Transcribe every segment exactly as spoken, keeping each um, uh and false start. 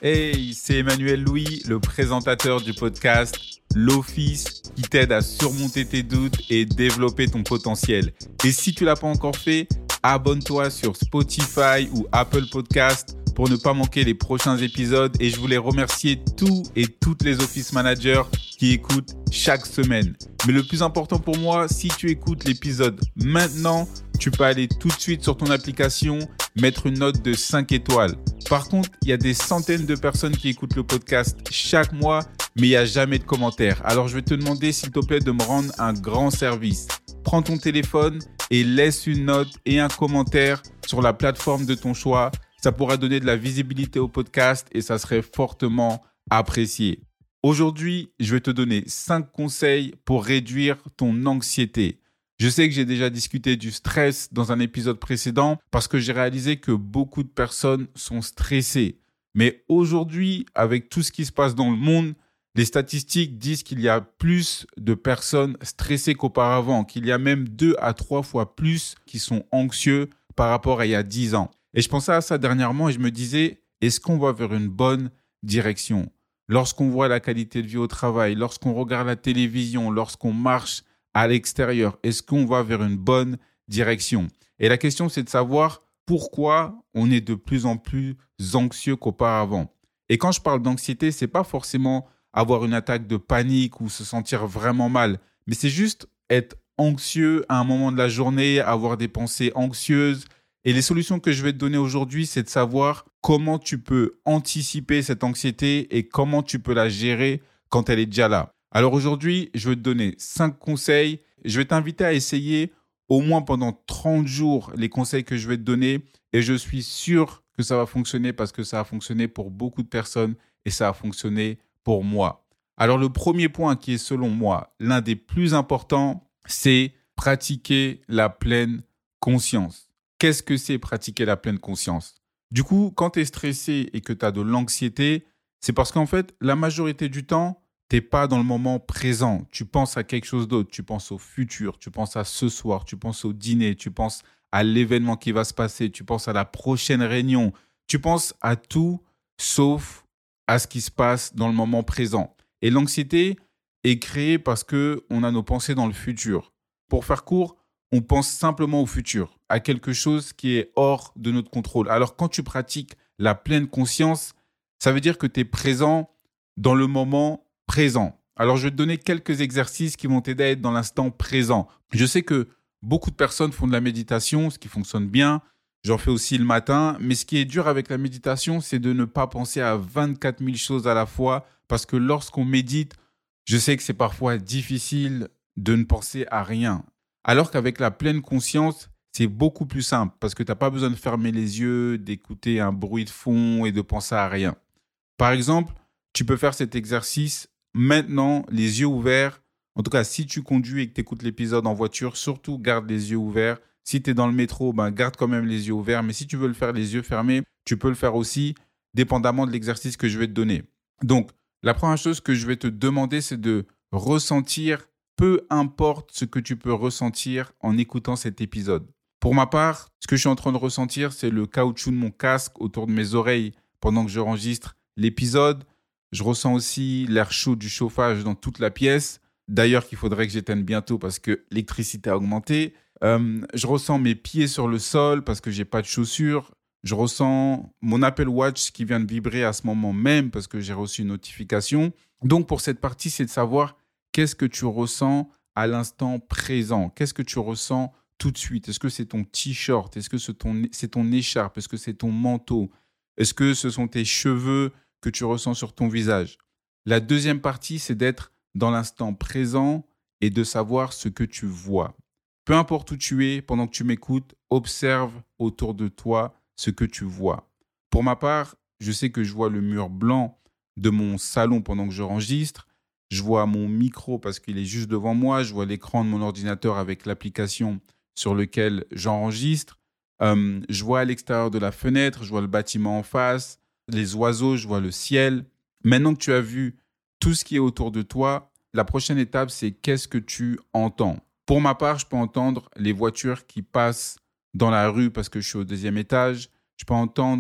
Hey, c'est Emmanuel Louis, le présentateur du podcast L'Office qui t'aide à surmonter tes doutes et développer ton potentiel. Et si tu l'as pas encore fait, abonne-toi sur Spotify ou Apple Podcast pour ne pas manquer les prochains épisodes. Et je voulais remercier tous et toutes les Office Managers qui écoutent chaque semaine. Mais le plus important pour moi, si tu écoutes l'épisode maintenant, tu peux aller tout de suite sur ton application, mettre une note de cinq étoiles. Par contre, il y a des centaines de personnes qui écoutent le podcast chaque mois, mais il n'y a jamais de commentaires. Alors, je vais te demander, s'il te plaît, de me rendre un grand service. Prends ton téléphone et laisse une note et un commentaire sur la plateforme de ton choix. Ça pourra donner de la visibilité au podcast et ça serait fortement apprécié. Aujourd'hui, je vais te donner cinq conseils pour réduire ton anxiété. Je sais que j'ai déjà discuté du stress dans un épisode précédent parce que j'ai réalisé que beaucoup de personnes sont stressées. Mais aujourd'hui, avec tout ce qui se passe dans le monde, les statistiques disent qu'il y a plus de personnes stressées qu'auparavant, qu'il y a même deux à trois fois plus qui sont anxieux par rapport à il y a dix ans. Et je pensais à ça dernièrement et je me disais, est-ce qu'on va vers une bonne direction ? Lorsqu'on voit la qualité de vie au travail, lorsqu'on regarde la télévision, lorsqu'on marche à l'extérieur, est-ce qu'on va vers une bonne direction ? Et la question, c'est de savoir pourquoi on est de plus en plus anxieux qu'auparavant. Et quand je parle d'anxiété, c'est pas forcément avoir une attaque de panique ou se sentir vraiment mal, mais c'est juste être anxieux à un moment de la journée, avoir des pensées anxieuses. Et les solutions que je vais te donner aujourd'hui, c'est de savoir comment tu peux anticiper cette anxiété et comment tu peux la gérer quand elle est déjà là. Alors aujourd'hui, je vais te donner cinq conseils. Je vais t'inviter à essayer au moins pendant trente jours les conseils que je vais te donner et je suis sûr que ça va fonctionner parce que ça a fonctionné pour beaucoup de personnes et ça a fonctionné pour moi. Alors le premier point qui est selon moi l'un des plus importants, c'est pratiquer la pleine conscience. Qu'est-ce que c'est pratiquer la pleine conscience ? Du coup, quand tu es stressé et que tu as de l'anxiété, c'est parce qu'en fait, la majorité du temps, tu n'es pas dans le moment présent. Tu penses à quelque chose d'autre. Tu penses au futur, tu penses à ce soir, tu penses au dîner, tu penses à l'événement qui va se passer, tu penses à la prochaine réunion. Tu penses à tout sauf à ce qui se passe dans le moment présent. Et l'anxiété est créée parce qu'on a nos pensées dans le futur. Pour faire court, on pense simplement au futur, à quelque chose qui est hors de notre contrôle. Alors, quand tu pratiques la pleine conscience, ça veut dire que tu es présent dans le moment présent. Alors, je vais te donner quelques exercices qui vont t'aider à être dans l'instant présent. Je sais que beaucoup de personnes font de la méditation, ce qui fonctionne bien. J'en fais aussi le matin. Mais ce qui est dur avec la méditation, c'est de ne pas penser à vingt-quatre mille choses à la fois. Parce que lorsqu'on médite, je sais que c'est parfois difficile de ne penser à rien. Alors qu'avec la pleine conscience, c'est beaucoup plus simple parce que tu n'as pas besoin de fermer les yeux, d'écouter un bruit de fond et de penser à rien. Par exemple, tu peux faire cet exercice maintenant, les yeux ouverts. En tout cas, si tu conduis et que tu écoutes l'épisode en voiture, surtout garde les yeux ouverts. Si tu es dans le métro, ben, garde quand même les yeux ouverts. Mais si tu veux le faire les yeux fermés, tu peux le faire aussi, dépendamment de l'exercice que je vais te donner. Donc, la première chose que je vais te demander, c'est de ressentir peu importe ce que tu peux ressentir en écoutant cet épisode. Pour ma part, ce que je suis en train de ressentir, c'est le caoutchouc de mon casque autour de mes oreilles pendant que j'enregistre l'épisode. Je ressens aussi l'air chaud du chauffage dans toute la pièce. D'ailleurs, qu'il faudrait que j'éteigne bientôt parce que l'électricité a augmenté. Euh, je ressens mes pieds sur le sol parce que je n'ai pas de chaussures. Je ressens mon Apple Watch qui vient de vibrer à ce moment même parce que j'ai reçu une notification. Donc, pour cette partie, c'est de savoir qu'est-ce que tu ressens à l'instant présent? Qu'est-ce que tu ressens tout de suite? Est-ce que c'est ton t-shirt? Est-ce que c'est ton, c'est ton écharpe? Est-ce que c'est ton manteau? Est-ce que ce sont tes cheveux que tu ressens sur ton visage? La deuxième partie, c'est d'être dans l'instant présent et de savoir ce que tu vois. Peu importe où tu es, pendant que tu m'écoutes, observe autour de toi ce que tu vois. Pour ma part, je sais que je vois le mur blanc de mon salon pendant que j'enregistre. Je vois mon micro parce qu'il est juste devant moi. Je vois l'écran de mon ordinateur avec l'application sur lequel j'enregistre. Euh, je vois à l'extérieur de la fenêtre, je vois le bâtiment en face, les oiseaux, je vois le ciel. Maintenant que tu as vu tout ce qui est autour de toi, la prochaine étape, c'est qu'est-ce que tu entends. Pour ma part, je peux entendre les voitures qui passent dans la rue parce que je suis au deuxième étage. Je peux entendre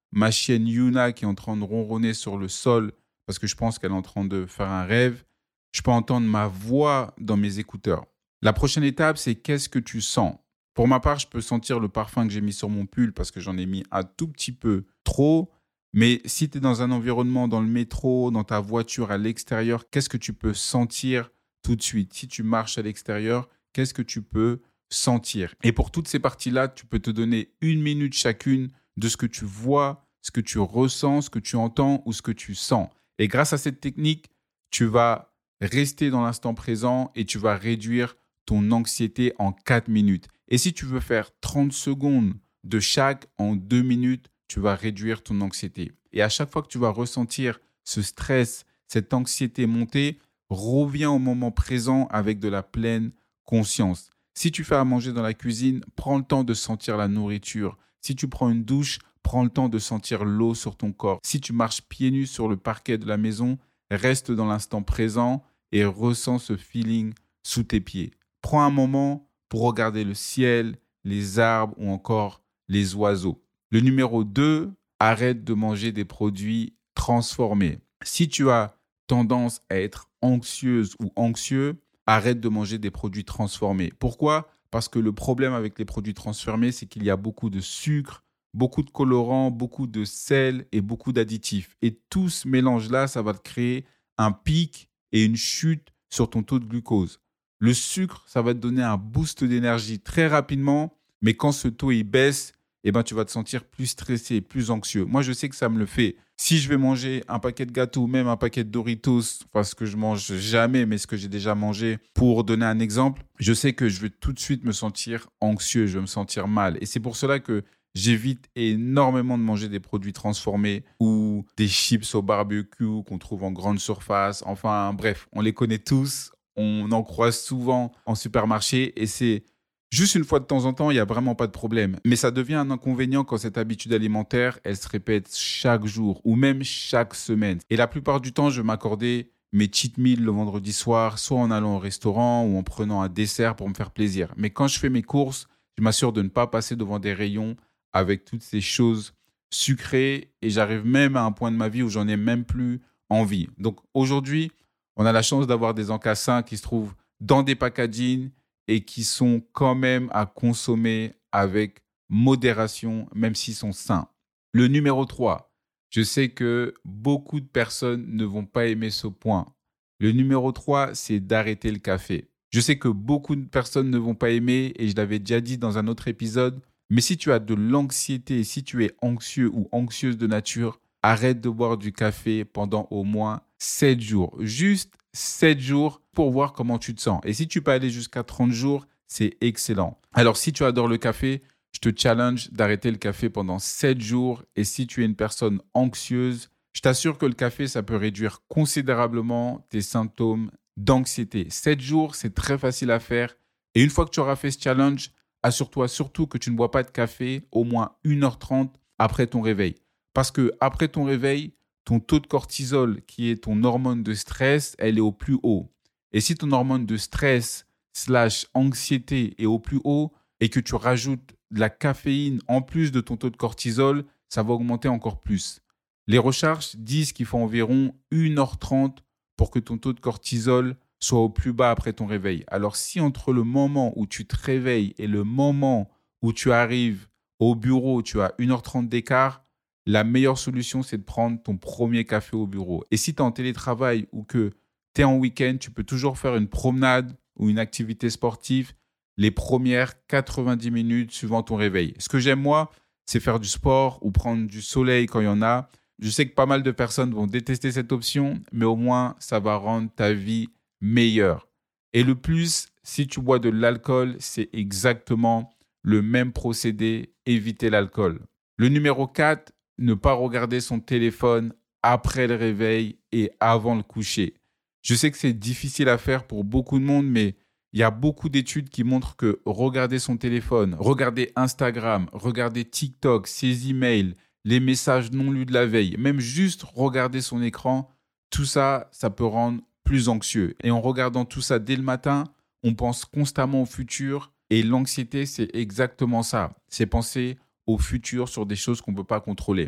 ma chienne Yuna qui est en train de ronronner sur le sol parce que je pense qu'elle est en train de faire un rêve. Je peux entendre ma voix dans mes écouteurs. La prochaine étape, c'est qu'est-ce que tu sens? Pour ma part, je peux sentir le parfum que j'ai mis sur mon pull parce que j'en ai mis un tout petit peu trop. Mais si tu es dans un environnement, dans le métro, dans ta voiture, à l'extérieur, qu'est-ce que tu peux sentir tout de suite? Si tu marches à l'extérieur, qu'est-ce que tu peux sentir? Et pour toutes ces parties-là, tu peux te donner une minute chacune de ce que tu vois, ce que tu ressens, ce que tu entends ou ce que tu sens. Et grâce à cette technique, tu vas rester dans l'instant présent et tu vas réduire ton anxiété en quatre minutes. Et si tu veux faire trente secondes de chaque en deux minutes, tu vas réduire ton anxiété. Et à chaque fois que tu vas ressentir ce stress, cette anxiété monter, reviens au moment présent avec de la pleine conscience. Si tu fais à manger dans la cuisine, prends le temps de sentir la nourriture. Si tu prends une douche, prends le temps de sentir l'eau sur ton corps. Si tu marches pieds nus sur le parquet de la maison, reste dans l'instant présent et ressens ce feeling sous tes pieds. Prends un moment pour regarder le ciel, les arbres ou encore les oiseaux. Le numéro deux, arrête de manger des produits transformés. Si tu as tendance à être anxieuse ou anxieux, arrête de manger des produits transformés. Pourquoi? Parce que le problème avec les produits transformés, c'est qu'il y a beaucoup de sucre, beaucoup de colorants, beaucoup de sel et beaucoup d'additifs. Et tout ce mélange-là, ça va te créer un pic et une chute sur ton taux de glucose. Le sucre, ça va te donner un boost d'énergie très rapidement, mais quand ce taux il baisse, eh ben, tu vas te sentir plus stressé, plus anxieux. Moi, je sais que ça me le fait. Si je vais manger un paquet de gâteaux ou même un paquet de Doritos, enfin ce que je mange jamais, mais ce que j'ai déjà mangé, pour donner un exemple, je sais que je vais tout de suite me sentir anxieux, je vais me sentir mal. Et c'est pour cela que j'évite énormément de manger des produits transformés ou des chips au barbecue qu'on trouve en grande surface. Enfin, bref, on les connaît tous. On en croise souvent en supermarché et c'est juste une fois de temps en temps, il n'y a vraiment pas de problème. Mais ça devient un inconvénient quand cette habitude alimentaire, elle se répète chaque jour ou même chaque semaine. Et la plupart du temps, je vais m'accorder mes cheat meals le vendredi soir, soit en allant au restaurant ou en prenant un dessert pour me faire plaisir. Mais quand je fais mes courses, je m'assure de ne pas passer devant des rayons avec toutes ces choses sucrées et j'arrive même à un point de ma vie où j'en ai même plus envie. Donc aujourd'hui, on a la chance d'avoir des encassins qui se trouvent dans des packaging et qui sont quand même à consommer avec modération, même s'ils sont sains. Le numéro trois, je sais que beaucoup de personnes ne vont pas aimer ce point. Le numéro trois, c'est d'arrêter le café. Je sais que beaucoup de personnes ne vont pas aimer et je l'avais déjà dit dans un autre épisode, mais si tu as de l'anxiété, si tu es anxieux ou anxieuse de nature, arrête de boire du café pendant au moins sept jours. Juste sept jours pour voir comment tu te sens. Et si tu peux aller jusqu'à trente jours, c'est excellent. Alors, si tu adores le café, je te challenge d'arrêter le café pendant sept jours. Et si tu es une personne anxieuse, je t'assure que le café, ça peut réduire considérablement tes symptômes d'anxiété. sept jours, c'est très facile à faire. Et une fois que tu auras fait ce challenge, assure-toi surtout que tu ne bois pas de café au moins une heure trente après ton réveil. Parce que après ton réveil, ton taux de cortisol, qui est ton hormone de stress, elle est au plus haut. Et si ton hormone de stress slash anxiété est au plus haut et que tu rajoutes de la caféine en plus de ton taux de cortisol, ça va augmenter encore plus. Les recherches disent qu'il faut environ une heure trente pour que ton taux de cortisol soit au plus bas après ton réveil. Alors si entre le moment où tu te réveilles et le moment où tu arrives au bureau, tu as une heure trente d'écart, la meilleure solution, c'est de prendre ton premier café au bureau. Et si tu es en télétravail ou que tu es en week-end, tu peux toujours faire une promenade ou une activité sportive les premières quatre-vingt-dix minutes suivant ton réveil. Ce que j'aime, moi, c'est faire du sport ou prendre du soleil quand il y en a. Je sais que pas mal de personnes vont détester cette option, mais au moins, ça va rendre ta vie meilleure. Et le plus, si tu bois de l'alcool, c'est exactement le même procédé, éviter l'alcool. Le numéro quatre, ne pas regarder son téléphone après le réveil et avant le coucher. Je sais que c'est difficile à faire pour beaucoup de monde, mais il y a beaucoup d'études qui montrent que regarder son téléphone, regarder Instagram, regarder TikTok, ses emails, les messages non lus de la veille, même juste regarder son écran, tout ça, ça peut rendre plus anxieux. Et en regardant tout ça dès le matin, on pense constamment au futur et l'anxiété, c'est exactement ça. C'est penser au futur sur des choses qu'on ne peut pas contrôler.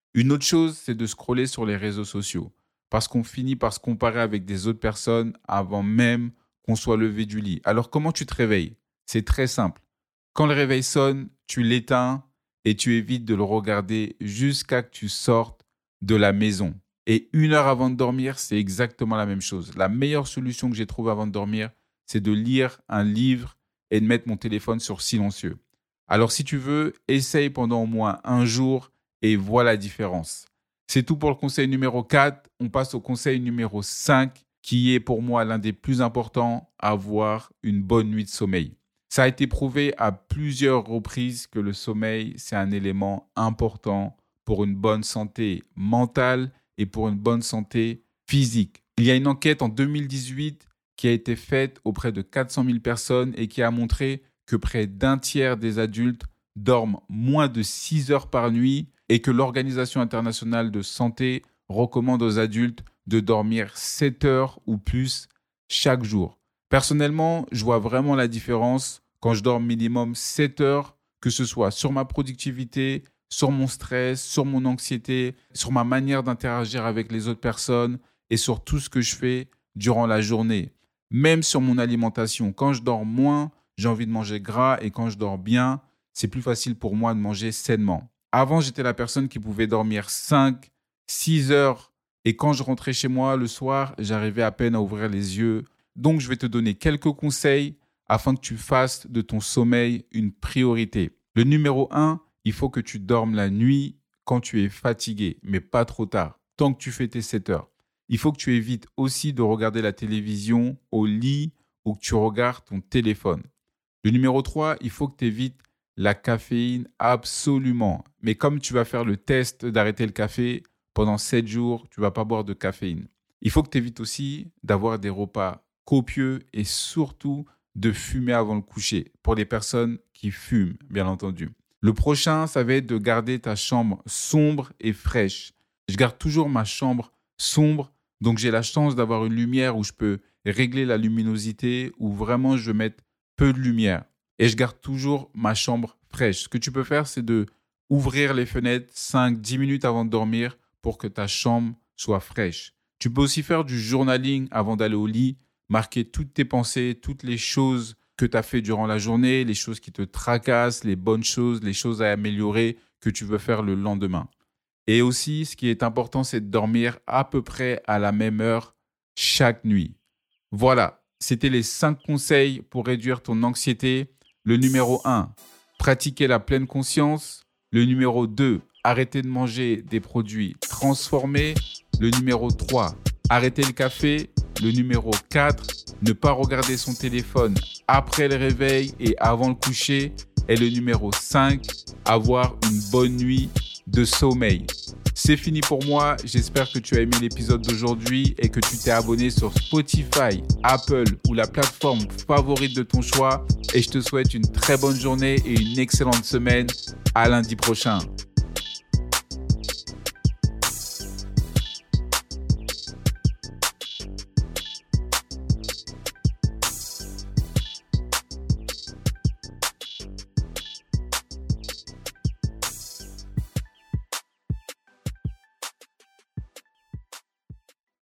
Une autre chose, c'est de scroller sur les réseaux sociaux parce qu'on finit par se comparer avec des autres personnes avant même qu'on soit levé du lit. Alors, comment tu te réveilles? C'est très simple. Quand le réveil sonne, tu l'éteins et tu évites de le regarder jusqu'à que tu sortes de la maison. Et une heure avant de dormir, c'est exactement la même chose. La meilleure solution que j'ai trouvée avant de dormir, c'est de lire un livre et de mettre mon téléphone sur silencieux. Alors, si tu veux, essaye pendant au moins un jour et vois la différence. C'est tout pour le conseil numéro quatre. On passe au conseil numéro cinq, qui est pour moi l'un des plus importants, avoir une bonne nuit de sommeil. Ça a été prouvé à plusieurs reprises que le sommeil, c'est un élément important pour une bonne santé mentale et pour une bonne santé physique. Il y a une enquête en deux mille dix-huit qui a été faite auprès de quatre cent mille personnes et qui a montré que près d'un tiers des adultes dorment moins de six heures par nuit et que l'Organisation internationale de santé recommande aux adultes de dormir sept heures ou plus chaque jour. Personnellement, je vois vraiment la différence quand je dors minimum sept heures, que ce soit sur ma productivité, sur mon stress, sur mon anxiété, sur ma manière d'interagir avec les autres personnes et sur tout ce que je fais durant la journée. Même sur mon alimentation. Quand je dors moins, j'ai envie de manger gras et quand je dors bien, c'est plus facile pour moi de manger sainement. Avant, j'étais la personne qui pouvait dormir cinq, six heures et quand je rentrais chez moi le soir, j'arrivais à peine à ouvrir les yeux. Donc, je vais te donner quelques conseils afin que tu fasses de ton sommeil une priorité. Le numéro un, il faut que tu dormes la nuit quand tu es fatigué, mais pas trop tard, tant que tu fais tes sept heures. Il faut que tu évites aussi de regarder la télévision au lit ou que tu regardes ton téléphone. Le numéro trois, il faut que tu évites la caféine absolument. Mais comme tu vas faire le test d'arrêter le café, pendant sept jours, tu ne vas pas boire de caféine. Il faut que tu évites aussi d'avoir des repas copieux et surtout de fumer avant le coucher, pour les personnes qui fument, bien entendu. Le prochain, ça va être de garder ta chambre sombre et fraîche. Je garde toujours ma chambre sombre, donc j'ai la chance d'avoir une lumière où je peux régler la luminosité, où vraiment je mets peu de lumière. Et je garde toujours ma chambre fraîche. Ce que tu peux faire, c'est de ouvrir les fenêtres cinq à dix minutes avant de dormir pour que ta chambre soit fraîche. Tu peux aussi faire du journaling avant d'aller au lit, marquer toutes tes pensées, toutes les choses que tu as fait durant la journée, les choses qui te tracassent, les bonnes choses, les choses à améliorer que tu veux faire le lendemain. Et aussi, ce qui est important, c'est de dormir à peu près à la même heure chaque nuit. Voilà, c'était les cinq conseils pour réduire ton anxiété. Le numéro un, pratiquer la pleine conscience. Le numéro deux, arrêter de manger des produits transformés. Le numéro trois, arrêter le café. Le numéro quatre, ne pas regarder son téléphone après le réveil et avant le coucher. Et le numéro cinq, avoir une bonne nuit de sommeil. C'est fini pour moi. J'espère que tu as aimé l'épisode d'aujourd'hui et que tu t'es abonné sur Spotify, Apple ou la plateforme favorite de ton choix. Et je te souhaite une très bonne journée et une excellente semaine. À lundi prochain.